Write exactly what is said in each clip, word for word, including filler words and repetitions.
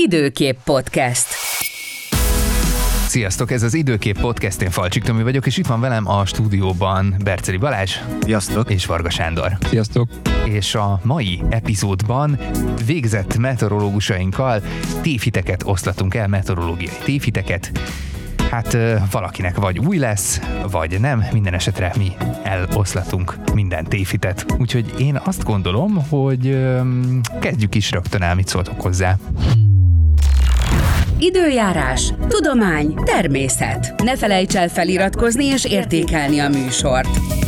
Időkép Podcast. Sziasztok, ez az Időkép Podcast, én Falcsik Tomi vagyok, és itt van velem a stúdióban Berceli Balázs. Sziasztok. És Varga Sándor. Sziasztok. És a mai epizódban végzett meteorológusainkkal tévhiteket oszlatunk el, meteorológiai tévhiteket. Hát valakinek vagy új lesz, vagy nem, minden esetre mi eloszlatunk minden tévhitet. Úgyhogy én azt gondolom, hogy öm, kezdjük is rögtön el, mit szóltok hozzá. Időjárás, tudomány, természet. Ne felejts el feliratkozni és értékelni a műsort.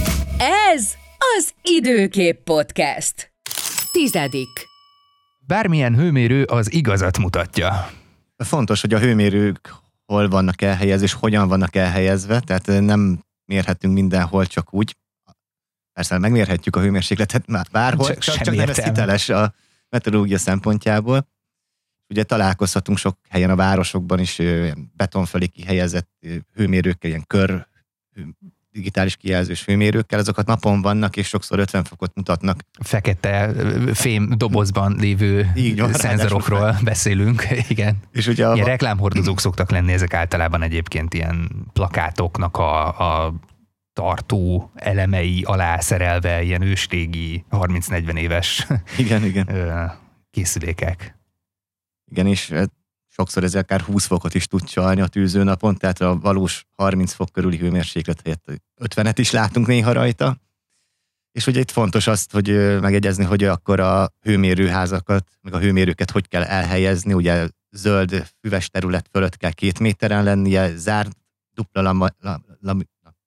Ez az Időkép Podcast. Tizedik. Bármilyen hőmérő az igazat mutatja. Fontos, hogy a hőmérők hol vannak elhelyezve, és hogyan vannak elhelyezve, tehát nem mérhetünk mindenhol csak úgy. Persze megmérhetjük a hőmérsékletet már bárhol, csak, csak, csak nem ez hiteles a meteorológia szempontjából. Ugye találkozhatunk sok helyen a városokban is beton fölé kihelyezett hőmérőkkel, ilyen kör digitális kijelzős hőmérőkkel, azokat napon vannak, és sokszor ötven fokot mutatnak. Fekete fém dobozban lévő van, szenzorokról beszélünk, igen. És ugye a... Ilyen reklámhordozók szoktak lenni, ezek általában egyébként ilyen plakátoknak a, a tartó elemei alá szerelve, ilyen ősrégi, harminc-negyven éves igen, igen. készülékek. Igen, és sokszor ez akár húsz fokot is tud csalni a tűzőnapon, tehát a valós harminc fok körüli hőmérséklet helyett ötvenet is látunk néha rajta. És ugye itt fontos azt, hogy megegyezni, hogy akkor a hőmérőházakat, meg a hőmérőket hogy kell elhelyezni, ugye zöld füves terület fölött kell két méteren lennie, zárt dupla lama, la, la,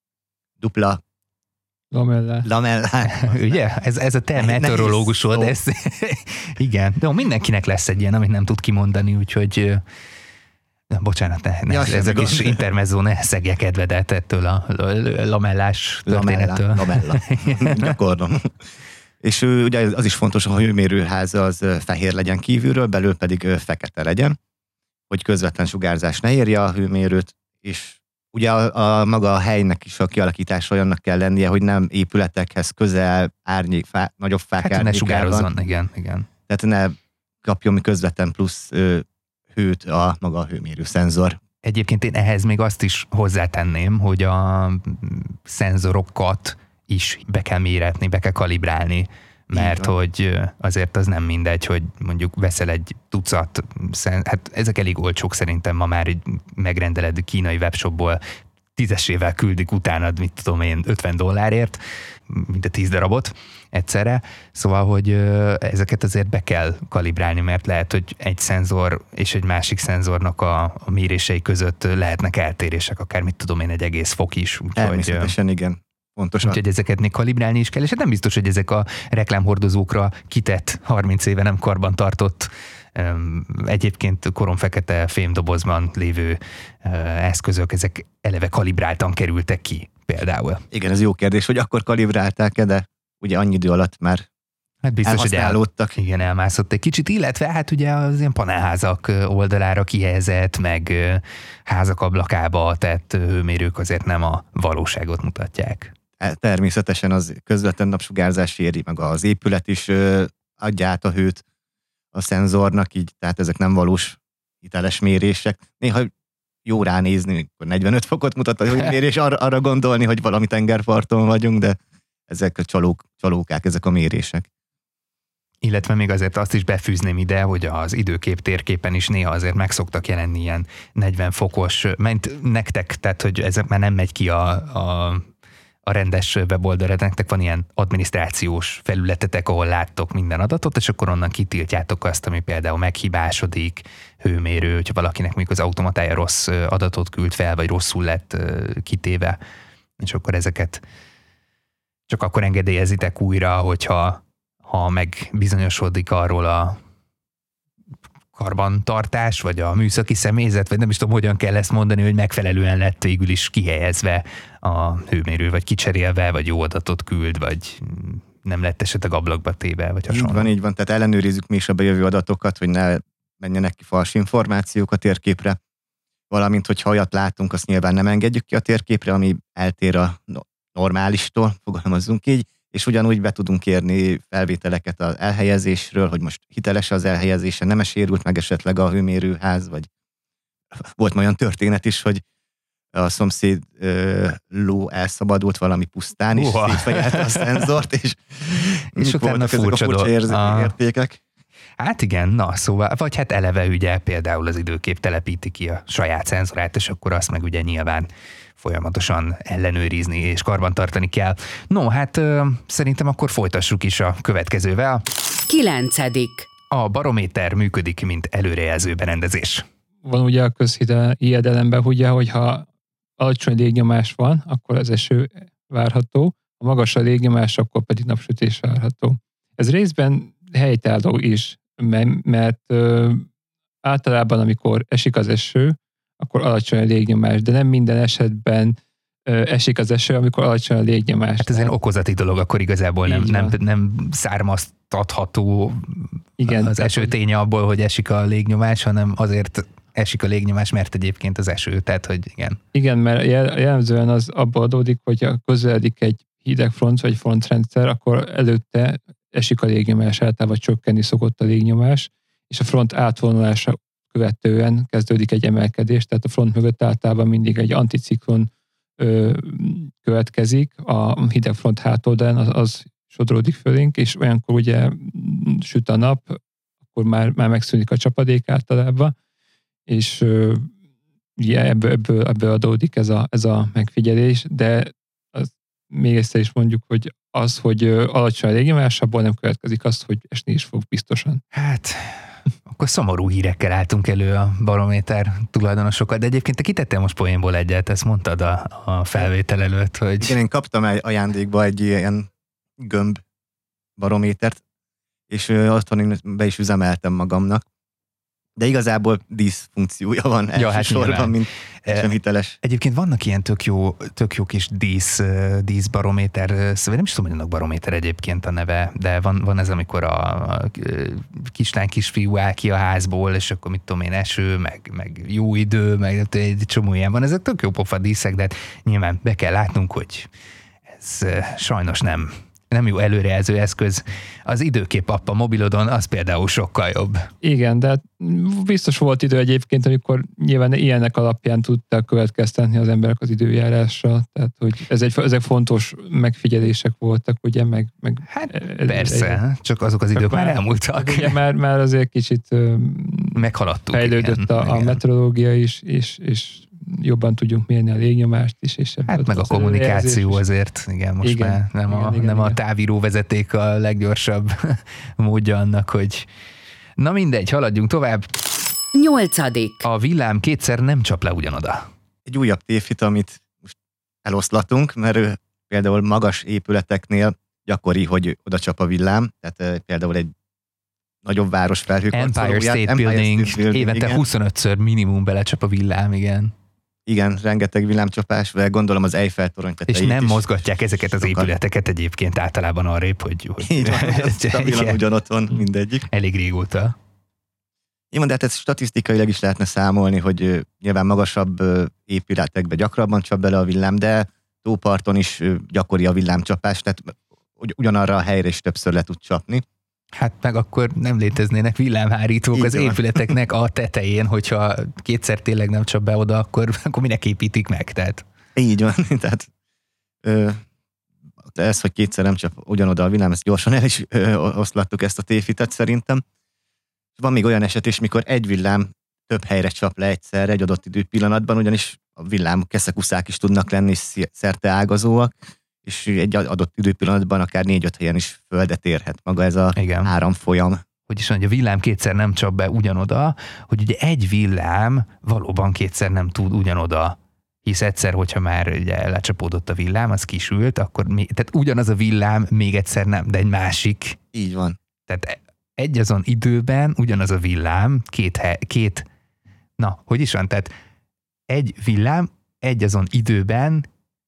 dupla Lamellá. Lamellá. Ugye? Ez, ez a te meteorológusod. Ez, igen. De mindenkinek lesz egy ilyen, amit nem tud kimondani, úgyhogy na, bocsánat, ne, ne, ja, ez a kis intermezzó ne szegje kedvedet ettől a lamellás történettől. Lamella. Gyakorlom. És ugye az is fontos, hogy a hőmérőház az fehér legyen kívülről, belül pedig fekete legyen, hogy közvetlen sugárzás ne érje a hőmérőt, és ugye a, a maga a helynek is a kialakítása olyannak kell lennie, hogy nem épületekhez közel, árnyék, fá, nagyobb fák hát ne sugározzon, igen, igen. Tehát ne kapjon közvetlen plusz ö, hőt a maga a hőmérő szenzor. Egyébként én ehhez még azt is hozzátenném, hogy a szenzorokat is be kell méretni, be kell kalibrálni, mert hogy azért az nem mindegy, hogy mondjuk veszel egy tucat, hát ezek elég olcsók szerintem ma már, így megrendeled kínai webshopból, tízesével küldik utánad, mit tudom én, ötven dollárért, mint a tíz darabot egyszerre. Szóval, hogy ezeket azért be kell kalibrálni, mert lehet, hogy egy szenzor és egy másik szenzornak a, a mérései között lehetnek eltérések, akár mit tudom én, egy egész fok is. Természetesen, igen. Pontosan. Úgyhogy ezeket még kalibrálni is kell, és hát nem biztos, hogy ezek a reklámhordozókra kitett, harminc éve nem karban tartott, egyébként koromfekete fémdobozban lévő eszközök, ezek eleve kalibráltan kerültek ki például. Igen, ez jó kérdés, hogy akkor kalibrálták-e, de ugye annyi idő alatt már hát biztos, hogy el, igen, elmászott egy kicsit, illetve hát ugye az ilyen panelházak oldalára kihelyezett, meg házak ablakába tett hőmérők azért nem a valóságot mutatják. Természetesen az közvetlen napsugárzás éri, meg az épület is ö, adja át a hőt a szenzornak, így, tehát ezek nem valós hiteles mérések. Néha jó ránézni, amikor negyvenöt fokot mutat a hőmérés, arra, arra gondolni, hogy valami tengerparton vagyunk, de ezek a csalók, csalókák, ezek a mérések. Illetve még azért azt is befűzném ide, hogy az időkép térképen is néha azért meg szoktak jelenni ilyen negyven fokos, mert nektek, tehát hogy ez már nem megy ki a, a a rendes weboldalra, nektek van ilyen adminisztrációs felületetek, ahol láttok minden adatot, és akkor onnan kitiltjátok azt, ami például meghibásodik, hőmérő, hogyha valakinek mondjuk az automatája rossz adatot küld fel, vagy rosszul lett kitéve, és akkor ezeket csak akkor engedélyezitek újra, hogyha ha megbizonyosodik arról a karbantartás, vagy a műszaki személyzet, vagy nem is tudom, hogyan kell ezt mondani, hogy megfelelően lett végül is kihelyezve a hőmérő, vagy kicserélve, vagy jó adatot küld, vagy nem lett esetleg ablakba téve, vagy hasonló. Így van, így van, tehát ellenőrizzük mi is a bejövő adatokat, hogy ne menjenek ki fals információk a térképre, valamint, hogyha olyat látunk, azt nyilván nem engedjük ki a térképre, ami eltér a normálistól, fogalmazzunk így, és ugyanúgy be tudunk kérni felvételeket az elhelyezésről, hogy most hiteles az elhelyezése, nem sérült meg esetleg a hőmérőház, vagy volt olyan történet is, hogy a szomszéd ö, ló elszabadult valami pusztán, és uh-huh. szétfejelte a szenzort, és, és utána furcsa, a furcsa érz- a... értékek. Hát igen, na szóval, vagy hát eleve ugye például az időkép telepíti ki a saját szenzorát, és akkor azt meg ugye nyilván folyamatosan ellenőrizni és karbantartani kell. No, hát ö, szerintem akkor folytassuk is a következővel. Kilencedik. A barométer működik, mint előrejelző berendezés. Van ugye a közhiedelemben, ugye, hogyha alacsony légnyomás van, akkor az eső várható, ha magas a légnyomás, akkor pedig napsütés várható. Ez részben helytálló is, mert ö, általában, amikor esik az eső, akkor alacsony a légnyomás, de nem minden esetben ö, esik az eső, amikor alacsony a légnyomás. Hát ez egy okozati dolog, akkor igazából nem, nem, nem származtatható igen, az eső ténye abból, hogy esik a légnyomás, hanem azért esik a légnyomás, mert egyébként az eső, tehát hogy igen. Igen, mert jellemzően az abból adódik, hogy ha közeledik egy hideg front vagy frontrendszer, akkor előtte esik a légnyomás, általában csökkenni szokott a légnyomás, és a front átvonulása követően kezdődik egy emelkedés, tehát a front mögött általában mindig egy anticiklon ö, következik, a hideg front hátoldalán az, az sodródik fölénk, és olyankor ugye süt a nap, akkor már, már megszűnik a csapadék általában, és ö, ugye ebből, ebből, ebből adódik ez a, ez a megfigyelés, de az, még egyszer is mondjuk, hogy az, hogy alacsony a légnyomás, abból nem következik azt, hogy esni is fog biztosan. Hát, akkor szomorú hírekkel álltunk elő a barométer tulajdonosokat, de egyébként te kitettél most poénból egyet, ezt mondtad a, a felvétel előtt, hogy... Igen, én kaptam egy ajándékba egy ilyen gömb barométert, és otthon be is üzemeltem magamnak, de igazából díszfunkciója van elsősorban, ja, hát mint sem hiteles. Egyébként vannak ilyen tök jó, tök jó kis dísz, díszbarométer, szóval nem is tudom, hogy annak barométer egyébként a neve, de van, van ez, amikor a, a kislány kisfiú áll ki a házból, és akkor mit tudom én, eső, meg, meg jó idő, meg egy csomó ilyen van. Ezek tök jó pofa díszek, de hát nyilván be kell látnunk, hogy ez sajnos nem nem jó előrejelző eszköz. Az időkép app a mobilodon, az például sokkal jobb. Igen, de biztos volt idő egyébként, amikor nyilván ilyenek alapján tudták következtetni az emberek az időjárásra, tehát hogy ez egy, ezek fontos megfigyelések voltak, ugye, meg... meg hát persze, egy, csak azok az idők már, már elmúltak. Ugye már, már azért kicsit meghaladtuk. Fejlődött igen, a, a meteorológia is, és, és jobban tudjunk mérni a légnyomást is. És hát meg a kommunikáció azért, igen, most igen, már nem, igen, a, igen, nem igen. a távíró vezeték a leggyorsabb módja annak, hogy na mindegy, haladjunk tovább. Nyolcadik. A villám kétszer nem csap le ugyanoda. Egy újabb tévhit, amit most eloszlatunk, mert például magas épületeknél gyakori, hogy oda csap a villám, tehát például egy nagyobb város felhőkarcolóját. Empire State Empire Building, State Building évente igen. huszonötször minimum belecsap a villám, igen. Igen, rengeteg villámcsapás, vagy gondolom az Eiffel torony tetejét. És nem is mozgatják ezeket az sokan. Épületeket egyébként általában arrébb, hogy... hogy így van, stabilan ugyanott van mindegyik. Elég régóta. Igen, de hát ezt statisztikailag is lehetne számolni, hogy nyilván magasabb épületekbe gyakrabban csap bele a villám, de tóparton is gyakori a villámcsapás, tehát ugyanarra a helyre is többször le tud csapni. Hát meg akkor nem léteznének villámhárítók így az van. Épületeknek a tetején, hogyha kétszer tényleg nem csap be oda, akkor, akkor minek építik meg, tehát. Így van, tehát ö, ez, hogy kétszer nem csap ugyanoda a villám, ezt gyorsan el is ö, oszlattuk ezt a tévhitet szerintem. Van még olyan eset is, mikor egy villám több helyre csap le egyszerre egy adott időpillanatban, ugyanis a villám keszekuszák is tudnak lenni, szerte ágazóak, és egy adott időpillanatban akár négy-öt helyen is földet érhet maga ez a igen. áramfolyam. Hogy is mondja, a villám kétszer nem csap be ugyanoda, hogy ugye egy villám valóban kétszer nem tud ugyanoda, hisz egyszer, hogyha már ugye lecsapódott a villám, az kisült, akkor még, tehát ugyanaz a villám még egyszer nem, de egy másik. Így van. Tehát egy azon időben ugyanaz a villám, két, he, két na, hogy is van, tehát egy villám egy azon időben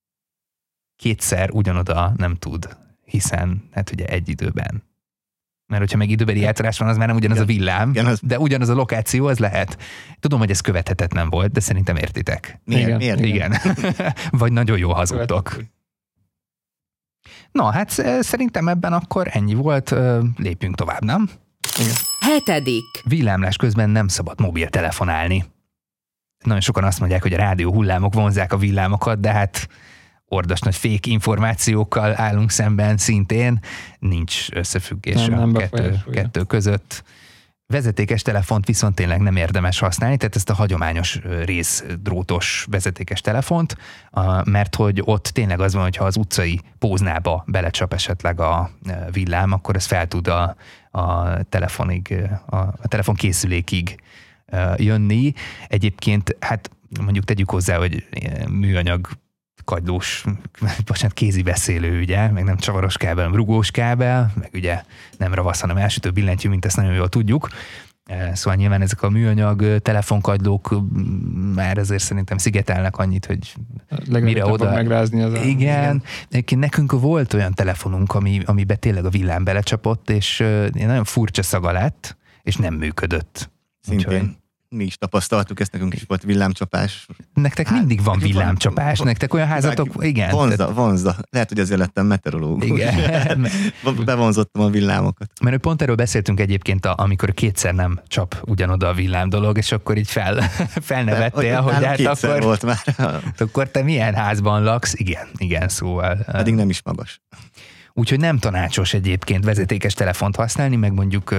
kétszer ugyanoda nem tud, hiszen hát ugye egy időben. Mert hogyha meg időbeli eltérés van, az már nem ugyanaz igen. a villám, igen, az... de ugyanaz a lokáció, az lehet. Tudom, hogy ez követhetetlen volt, de szerintem értitek. Miért? Igen. Miért? Igen. Vagy nagyon jó hazudtok. Na, hát szerintem ebben akkor ennyi volt, lépjünk tovább, nem? Igen. Hetedik. Villámlás közben nem szabad mobiltelefonálni. Nagyon sokan azt mondják, hogy a rádió hullámok vonzzák a villámokat, de hát ordas nagy fék információkkal állunk szemben szintén. Nincs összefüggés nem, a nem kettő, kettő között. Vezetékes telefont viszont tényleg nem érdemes használni, tehát ezt a hagyományos részdrótos vezetékes telefont, mert hogy ott tényleg az van, hogyha az utcai póznába belecsap esetleg a villám, akkor ez fel tud a, a telefonig, a, a telefon készülékig jönni. Egyébként, hát mondjuk tegyük hozzá, hogy műanyag kagylós, bocsánat, kézi beszélő, ugye, meg nem csavaros kábel, hanem rugós kábel, meg ugye nem ravasz, hanem elsütő billentyű, mint ezt nagyon jól tudjuk. Szóval nyilván ezek a műanyag telefonkagylók már azért szerintem szigetelnek annyit, hogy legalább mire oda... megrázni az Igen. Egyébként nekünk volt olyan telefonunk, ami, amiben tényleg a villám belecsapott, és nagyon furcsa szaga lett, és nem működött. Szintén. Úgyhogy... Mi is tapasztaltuk, ezt nekünk is volt villámcsapás. Nektek hát, mindig van villámcsapás, van, nektek olyan házatok, igen. Vonzda, vonzda. Lehet, hogy azért lettem meteorológus. Igen. Bevonzottam a villámokat. Mert pont erről beszéltünk egyébként, amikor kétszer nem csap ugyanoda a villám dolog, és akkor így fel, felnevettél, De, hogy hát akkor, volt már. akkor te milyen házban laksz? Igen, igen, szóval. Pedig nem is magas. Úgyhogy nem tanácsos egyébként vezetékes telefont használni, meg mondjuk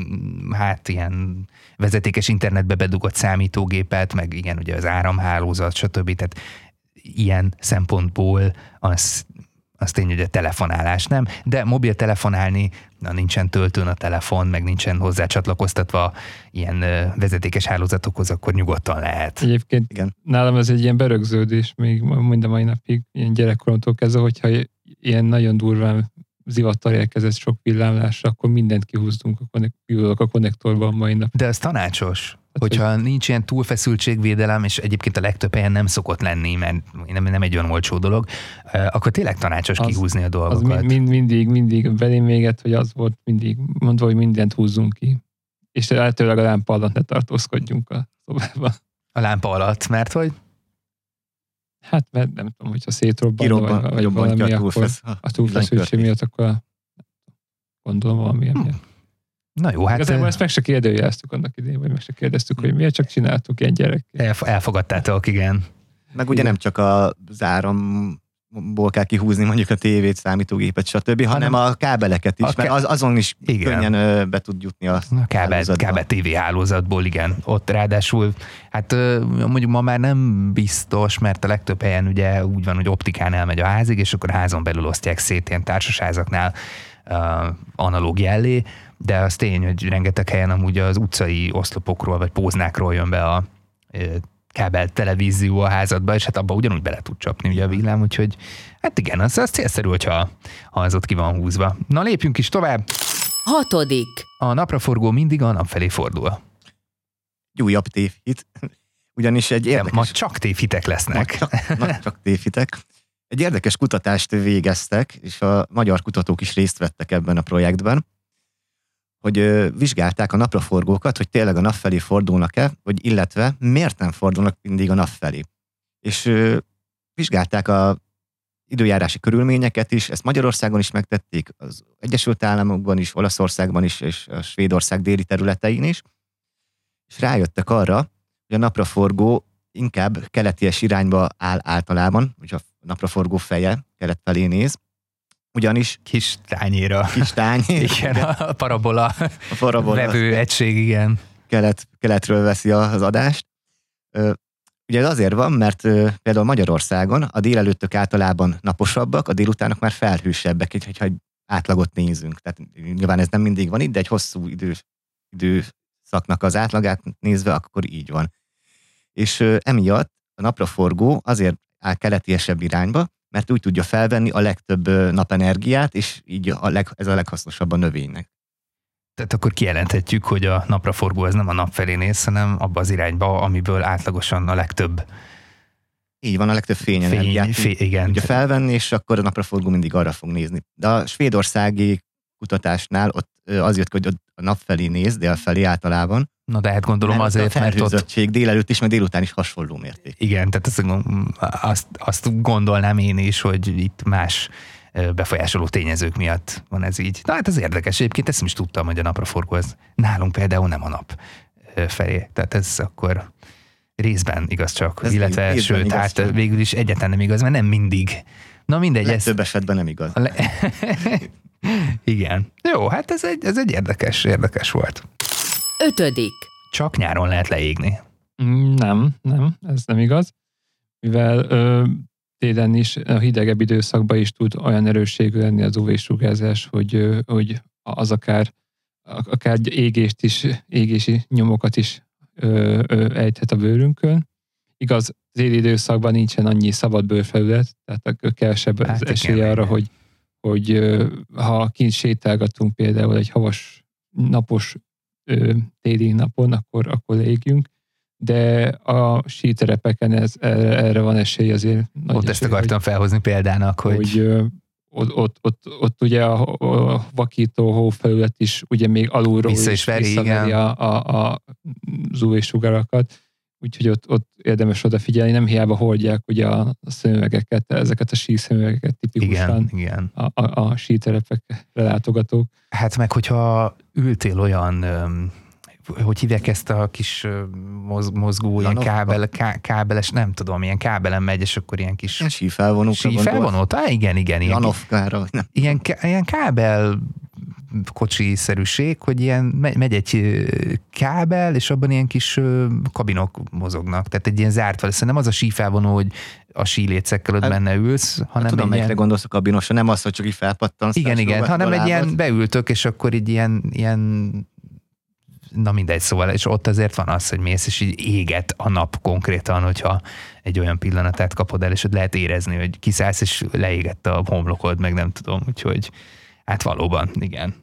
hát ilyen vezetékes internetbe bedugott számítógépet, meg igen, ugye az áramhálózat, stb. Tehát ilyen szempontból az, az tény, hogy a telefonálás nem, de mobiltelefonálni, na nincsen töltőn a telefon, meg nincsen hozzá csatlakoztatva ilyen vezetékes hálózatokhoz, akkor nyugodtan lehet. Egyébként igen. Nálam ez egy ilyen berögződés még mind a mai napig, ilyen gyerekkoromtól kezdve, hogyha ilyen nagyon durván zivattal érkezett sok villámlásra, akkor mindent kihúztunk a, konnek- a konnektorban mai nap. De ez tanácsos, hát, hogyha hogy... nincs ilyen túlfeszültségvédelem, és egyébként a legtöbb helyen nem szokott lenni, mert nem, nem egy olyan olcsó dolog, akkor tényleg tanácsos az, kihúzni a dolgokat. Az mind, mindig, mindig belém véget, hogy az volt mindig mondva, hogy mindent húzzunk ki. És lehetőleg a lámpa alatt ne tartózkodjunk a szobában. A lámpa alatt, mert hogy? Hát, mert nem tudom, hogyha szétrobban, vagy, vagy valami, a akkor a túlfeszültség miatt, akkor gondolom valami miatt. Na jó, hát... Igazából ezt meg se kérdőjeleztük annak idején, vagy meg se kérdeztük, hogy miért csak csináltuk ilyen gyerekkel. Elf- elfogadtátok, igen. Meg ugye nem csak az áramból kell kihúzni mondjuk a tévét, számítógépet, stb., hanem a kábeleket is, a mert az, azon is igen. könnyen be tud jutni a, a kábel, kábel té vé hálózatból, igen. Ott ráadásul, hát mondjuk ma már nem biztos, mert a legtöbb helyen ugye úgy van, hogy optikán elmegy a házig, és akkor a házon belül osztják szét ilyen társasházaknál uh, analóg jellé, de az tény, hogy rengeteg helyen amúgy az utcai oszlopokról vagy póznákról jön be a uh, kábel televízió a házadba, és hát abba ugyanúgy bele tud csapni ugye a villám, úgyhogy hát igen, az, az célszerű, hogyha ha az ott ki van húzva. Na lépjünk is tovább. Hatodik. A napraforgó mindig a nap felé fordul. Újabb tévhit. Ugyanis egy érdekes... Ma csak tévhitek lesznek. Ma csak, ma csak tévhitek. Egy érdekes kutatást végeztek, és a magyar kutatók is részt vettek ebben a projektben, hogy ö, vizsgálták a napraforgókat, hogy tényleg a nap felé fordulnak-e, vagy illetve miért nem fordulnak mindig a nap felé. És ö, vizsgálták a időjárási körülményeket is, ezt Magyarországon is megtették, az Egyesült Államokban is, Olaszországban is, és a Svédország déli területein is, és rájöttek arra, hogy a napraforgó inkább keleties irányba áll általában, hogy a napraforgó feje kelet felé néz, ugyanis... Kis tányéra. Kis tányéra. Igen, a parabola, a parabola vevő egység, igen. Kelet, keletről veszi az adást. Ugye ez azért van, mert például Magyarországon a délelőttök általában naposabbak, a délutánok már felhősebbek, hogyha egy átlagot nézünk. Tehát nyilván ez nem mindig van itt, de egy hosszú idő, időszaknak az átlagát nézve, akkor így van. És emiatt a napraforgó azért áll keletiesebb irányba, mert úgy tudja felvenni a legtöbb napenergiát, és így a leg, ez a leghasznosabb a növénynek. Tehát akkor kijelenthetjük, hogy a napraforgó az nem a nap felé néz, hanem abba az irányba, amiből átlagosan a legtöbb... Így van, a legtöbb fényenergiát Fény, fé, igen. tudja felvenni, és akkor a napraforgó mindig arra fog nézni. De a svédországi kutatásnál ott az jött, hogy a nap felé néz, dél felé általában. Na de hát gondolom mert azért, mert ott... délelőtt is, meg délután is hasonló mérték. Igen, tehát azt, azt, azt gondolnám én is, hogy itt más befolyásoló tényezők miatt van ez így. Na hát ez érdekes. Egyébként ezt nem is tudtam, hogy a napraforgó az nálunk például nem a nap felé. Tehát ez akkor részben igaz csak. Ez illetve részben sőt, hát csak. Végül is egyáltalán nem igaz, mert nem mindig. Na mindegy. Ez... Több esetben nem igaz. Le... Igen. Jó, hát ez egy, ez egy érdekes, érdekes volt. Ötödik. Csak nyáron lehet leégni. Nem, nem, ez nem igaz. Mivel ö, télen is, a hidegebb időszakban is tud olyan erősségű lenni az u vé-sugárzás, hogy, ö, hogy az akár, akár égést is, égési nyomokat is ö, ö, ejthet a bőrünkön. Igaz, téli időszakban nincsen annyi szabad bőrfelület, tehát kevesebb az hát esély arra, hogy, hogy ö, ha kint sétálgatunk például egy havas napos ö, téli napon, akkor, akkor légjünk. De a síterepeken ez, erre, erre van esély azért. Ott esély, ezt akartam hogy, felhozni példának, hogy... hogy ö, ott, ott, ott, ott ugye a, a vakító hófelület is ugye még alulról Vissza is veri, visszaveri a, a, a, az u vé-sugarakat, úgyhogy ott, ott érdemes odafigyelni, nem hiába hordják ugye a, a szemüvegeket, ezeket a síszemüvegeket tipikusan igen, igen. A, a, a síterepekre látogatók. Hát meg, hogyha ültél olyan... Öm, hogy hívják ezt a kis mozgó, ilyen kábel, ká, kábeles, nem tudom, ilyen kábelen megy, és akkor ilyen kis... Ilyen sífelvonókra sífelvonót? Á, igen, igen. Ilyen, Janofkára, nem. Ilyen, ilyen kábel kocsi-szerűség, hogy ilyen megy egy kábel, és abban ilyen kis kabinok mozognak. Tehát egy ilyen zárt valószínűleg nem az a sífelvonó, hogy a sílécekkel ott hát, benne ülsz, hanem tudom, melyikre ilyen... gondolsz a kabinosra, nem az, hogy csak így felpattansz. Igen, igen, hanem egy ilyen beültök, és akkor így ilyen, ilyen na mindegy, szóval, és ott azért van az, hogy mész, és így éget a nap konkrétan, hogyha egy olyan pillanatát kapod el, és ott lehet érezni, hogy kiszállsz, és leégett a homlokod, meg nem tudom, úgyhogy hát valóban, igen.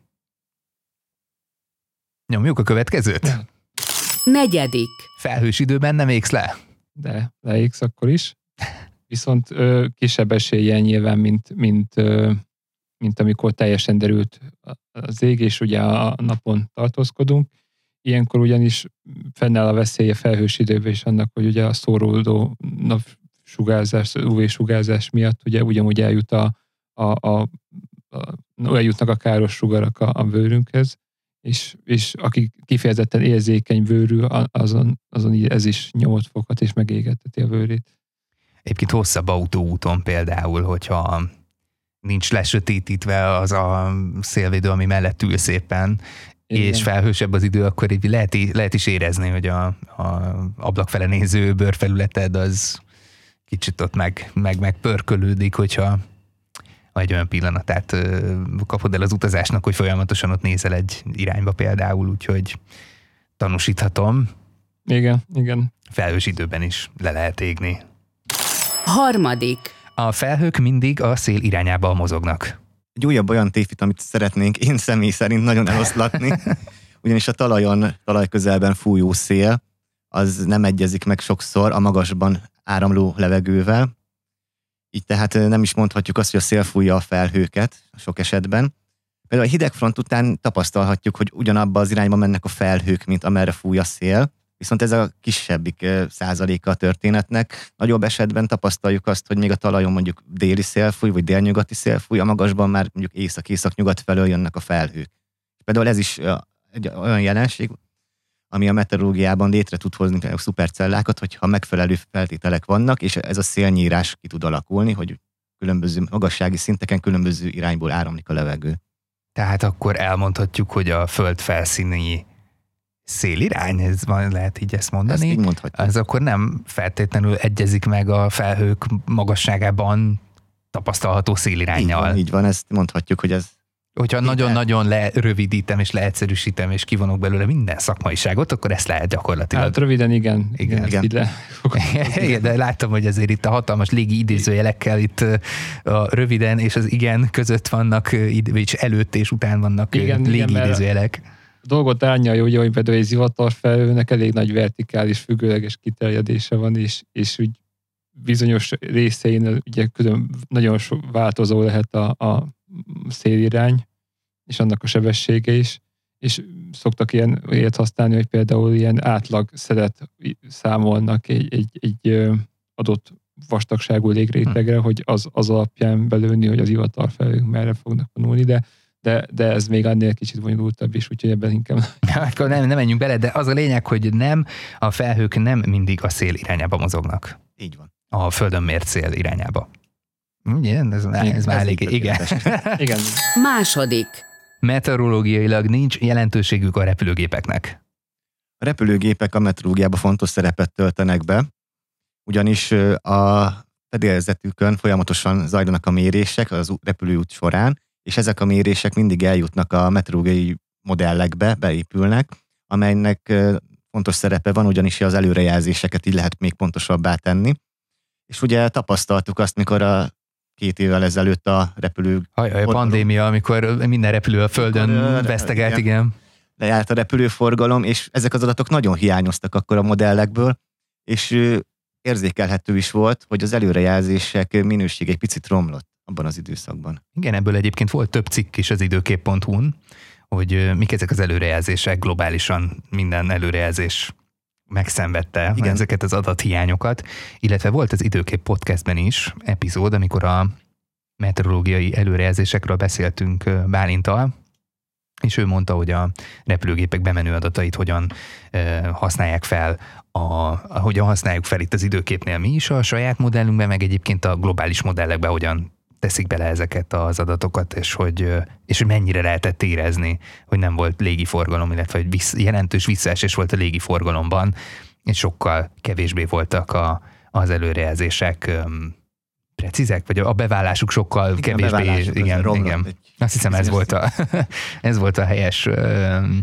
Nyomjuk a következőt? Negyedik. Felhős időben nem égsz le? De leégsz akkor is. Viszont ö, kisebb eséllyel nyilván, mint, mint, ö, mint amikor teljesen derült az ég, és ugye a napon tartózkodunk. Ilyenkor ugyanis fennáll a veszélye felhős időben is annak, hogy ugye a szóródó napsugárzás, u vé-sugárzás miatt ugye ugyanúgy eljut a, a, a, a, eljutnak a káros sugarak a, a bőrünkhez, és, és aki kifejezetten érzékeny bőrű, azon, azon ez is nyomot foghat és megégeteti a bőrét. Egyébként hosszabb autóúton például, hogyha nincs lesötétítve az a szélvédő, ami mellett ül szépen, igen. És felhősebb az idő, akkor így lehet, lehet is érezni, hogy a, a ablak fele néző bőrfelületed az kicsit ott meg, meg, meg pörkölődik, hogyha egy olyan pillanatát kapod el az utazásnak, hogy folyamatosan ott nézel egy irányba például, úgyhogy tanúsíthatom. Igen, igen. Felhős időben is le lehet égni. Harmadik. A felhők mindig a szél irányába mozognak. Egy újabb olyan tévhit, amit szeretnénk én személy szerint nagyon eloszlatni, ugyanis a talajon, talaj közelben fújó szél, az nem egyezik meg sokszor a magasban áramló levegővel. Így tehát nem is mondhatjuk azt, hogy a szél fújja a felhőket sok esetben. Például a hidegfront után tapasztalhatjuk, hogy ugyanabba az irányba mennek a felhők, mint amerre fúj a szél, viszont ez a kisebbik százaléka a történetnek. Nagyobb esetben tapasztaljuk azt, hogy még a talajon mondjuk déli szél fúj, vagy délnyugati szél fúj, a magasban már mondjuk észak-észak-nyugat felől jönnek a felhők. Például ez is egy olyan jelenség, ami a meteorológiában létre tud hozni a szupercellákat, hogyha megfelelő feltételek vannak, és ez a szélnyírás ki tud alakulni, hogy különböző magassági szinteken különböző irányból áramlik a levegő. Tehát akkor elmondhatjuk, hogy a föld felszíni szélirány, ez van, lehet így ezt mondani. Ezt így mondhatjuk. Az akkor nem feltétlenül egyezik meg a felhők magasságában tapasztalható széliránnyal. Így van, így van, ezt mondhatjuk, hogy ez... Hogyha nagyon-nagyon lerövidítem és leegyszerűsítem és kivonok belőle minden szakmaiságot, akkor ezt lehet gyakorlatilag. Hát röviden igen. Igen, igen. igen. igen de láttam, hogy azért itt a hatalmas légi idézőjelekkel itt a röviden és az igen között vannak, és előtt és után vannak igen, légi igen, idézőjelek. A dolgot árnyalja, ugye, hogy például egy zivatarfelhőnek elég nagy vertikális függőleges kiterjedése van, és, és úgy bizonyos részein ugye külön nagyon sok változó lehet a, a szélirány, és annak a sebessége is, és szoktak ilyen ilyet használni, hogy például ilyen átlag szelet számolnak egy, egy, egy adott vastagságú légrétegre, hm. hogy az, az alapján belőni, hogy az ivatarfelhők merre fognak vonulni, de, de, de ez még annél kicsit bonyolultabb is, úgyhogy ebben inkább... Akkor nem, nem menjünk bele, de az a lényeg, hogy nem, a felhők nem mindig a szél irányába mozognak. Így van. A Földön mért szél irányába. Ugye? Ez, ez, ez már elég, igen. igen. Második. Meteorológiailag nincs jelentőségük a repülőgépeknek. A repülőgépek a meteorológiában fontos szerepet töltenek be, ugyanis a fedélzetükön folyamatosan zajlanak a mérések az repülőút során, és ezek a mérések mindig eljutnak a meteorológiai modellekbe, beépülnek, amelynek fontos szerepe van, ugyanis az előrejelzéseket így lehet még pontosabbá tenni. És ugye tapasztaltuk azt, mikor a két évvel ezelőtt a repülő... Haj, a pandémia, amikor minden repülő a Földön amikor, vesztegelt, igen. igen. Lejárt a repülőforgalom, és ezek az adatok nagyon hiányoztak akkor a modellekből, és érzékelhető is volt, hogy az előrejelzések minősége egy picit romlott abban az időszakban. Igen, ebből egyébként volt több cikk is az időkép pont hu-n, hogy mik ezek az előrejelzések, globálisan minden előrejelzés megszenvedte igen. ezeket az adathiányokat, illetve volt az Időkép podcastben is epizód, amikor a meteorológiai előrejelzésekről beszéltünk Bálintal, és ő mondta, hogy a repülőgépek bemenő adatait hogyan e, használják fel, a, hogyan használjuk fel itt az időképnél mi is a saját modellünkben, meg egyébként a globális modellekben hogyan teszik bele ezeket az adatokat, és hogy, és hogy mennyire lehetett érezni, hogy nem volt légiforgalom, illetve hogy vissz, jelentős visszaesés volt a légiforgalomban, és sokkal kevésbé voltak a, az előrejelzések um, precízek, vagy a bevállásuk sokkal igen, kevésbé. Igen, igen. Egy... Azt hiszem ez volt, a, ez volt a helyes um,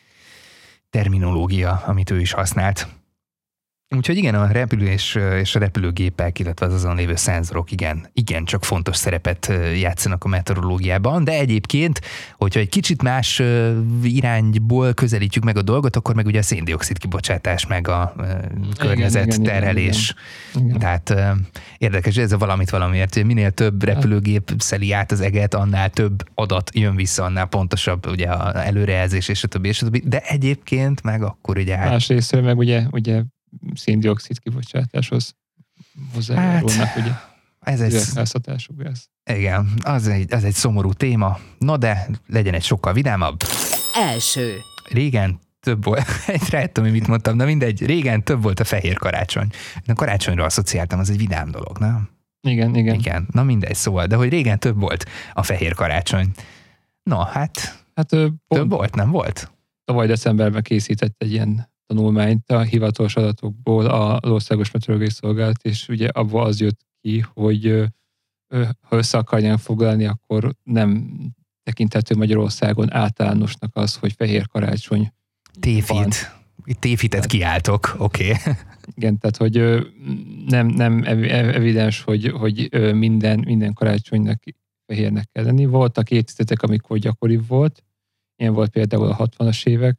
terminológia, amit ő is használt. Úgyhogy igen, a repülő és, és a repülőgépek, illetve az azon lévő szenzorok igen, igen, csak fontos szerepet játszanak a meteorológiában, de egyébként, hogyha egy kicsit más irányból közelítjük meg a dolgot, akkor meg ugye a széndioxid kibocsátás, meg a környezet igen, terhelés. Igen, igen. Tehát érdekes, ez a valamit valamiért, minél több repülőgép szeli át az eget, annál több adat jön vissza, annál pontosabb ugye az előrejelzés, és a többi, és a többi, de egyébként meg akkor ugye... Másrésztről meg ugye, ugye széndioxid kibocsátáshoz hozzájárulnak, hát, ugye? Ez egy... üvegházhatású gáz. Igen, az egy, az egy szomorú téma. No de legyen egy sokkal vidámabb. Első. Régen több volt, rájöttem, hogy mit mondtam, de mindegy, régen több volt a fehér karácsony. A karácsonyra asszociáltam, az egy vidám dolog, nem? Igen, igen. Igen, na mindegy, szóval, de hogy régen több volt a fehér karácsony. Na, hát, hát több pont volt, nem volt? Tavaly decemberben készített egy ilyen tanulmányt a hivatalos adatokból az Országos Meteorológiai Szolgálat, és ugye abban az jött ki, hogy ha össze akarják foglalni, akkor nem tekinthető Magyarországon általánosnak az, hogy fehér karácsony Tévhit. Itt tévhitet kiálltok, oké. Okay. Igen, tehát hogy nem, nem evidens, hogy, hogy minden, minden karácsonynak fehérnek kell lenni. Voltak évtizedek, amikor gyakoribb volt, ilyen volt például a hatvanas évek,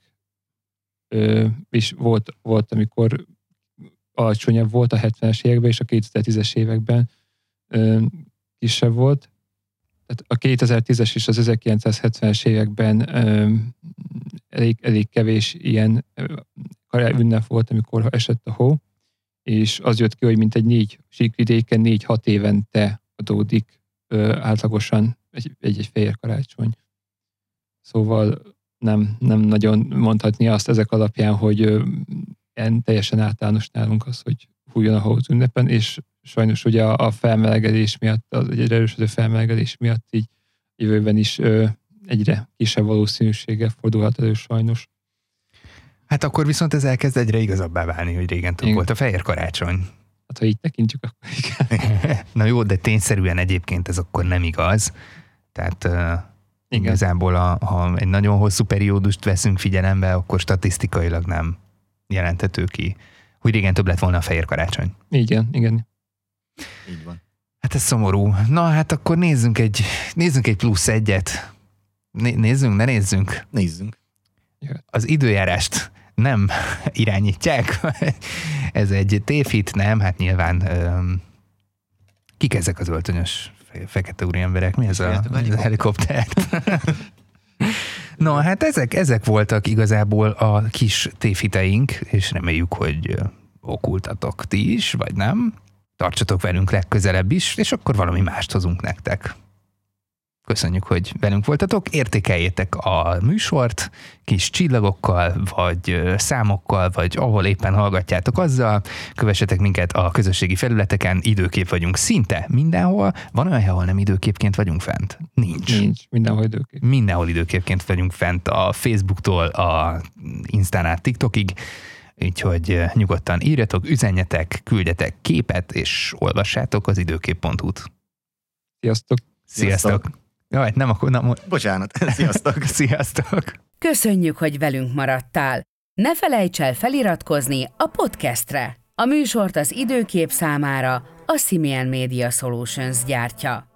és volt, volt, amikor alacsonyabb volt a hetvenes években, és a kétezer-tízes években kisebb volt. Tehát a kétezer-tízes és az ezerkilencszázhetvenes években elég, elég kevés ilyen ünnep volt, amikor esett a hó, és az jött ki, hogy mintegy négy síkvidéken négy-hat évente adódik átlagosan egy-egy fehér karácsony. Szóval nem, nem nagyon mondhatni azt ezek alapján, hogy teljesen általános nálunk az, hogy fújjon a hó az ünnepen, és sajnos ugye a felmelegedés miatt, az egyre erősödő felmelegedés miatt így jövőben is egyre kisebb valószínűséggel fordulhat elő sajnos. Hát akkor viszont ez elkezd egyre igazabbá válni, hogy régen több volt a fehér karácsony. Hát ha így tekintjük, akkor igen. Na jó, de tényszerűen egyébként ez akkor nem igaz. Tehát uh, igazából a, ha egy nagyon hosszú periódust veszünk figyelembe, akkor statisztikailag nem jelenthető ki, hogy régen több lett volna a fehér karácsony. Igen, igen. Így van. Hát ez szomorú. Na hát akkor nézzünk egy, nézzünk egy plusz egyet. Né, nézzünk, ne nézzünk. Nézzünk. Az időjárást nem irányítják. Ez egy tévhit, nem? Hát nyilván öm, kik ezek az öltönyös fekete úriemberek? Mi ez a, a helikopter? No, hát ezek, ezek voltak igazából a kis tévhiteink, és reméljük, hogy okultatok ti is, vagy nem. tartsatok velünk legközelebb is, és akkor valami mást hozunk nektek. Köszönjük, hogy velünk voltatok, értékeljétek a műsort kis csillagokkal, vagy számokkal, vagy ahol éppen hallgatjátok azzal, kövessetek minket a közösségi felületeken, időkép vagyunk szinte mindenhol. Van olyan hely, ahol nem időképként vagyunk fent? Nincs. Nincs, mindenhol időkép. Mindenhol időképként vagyunk fent a Facebooktól, a Instán át TikTokig, úgyhogy nyugodtan írjatok, üzenjetek, küldjetek képet, és olvassátok az időkép pont hu-t. Sziasztok! Sziasztok! Sziasztok. Jaj, nem akkor... Nem... Bocsánat, sziasztok! Sziasztok! Köszönjük, hogy velünk maradtál! Ne felejts el feliratkozni a podcastre! A műsort az időkép számára a Simian Media Solutions gyártja.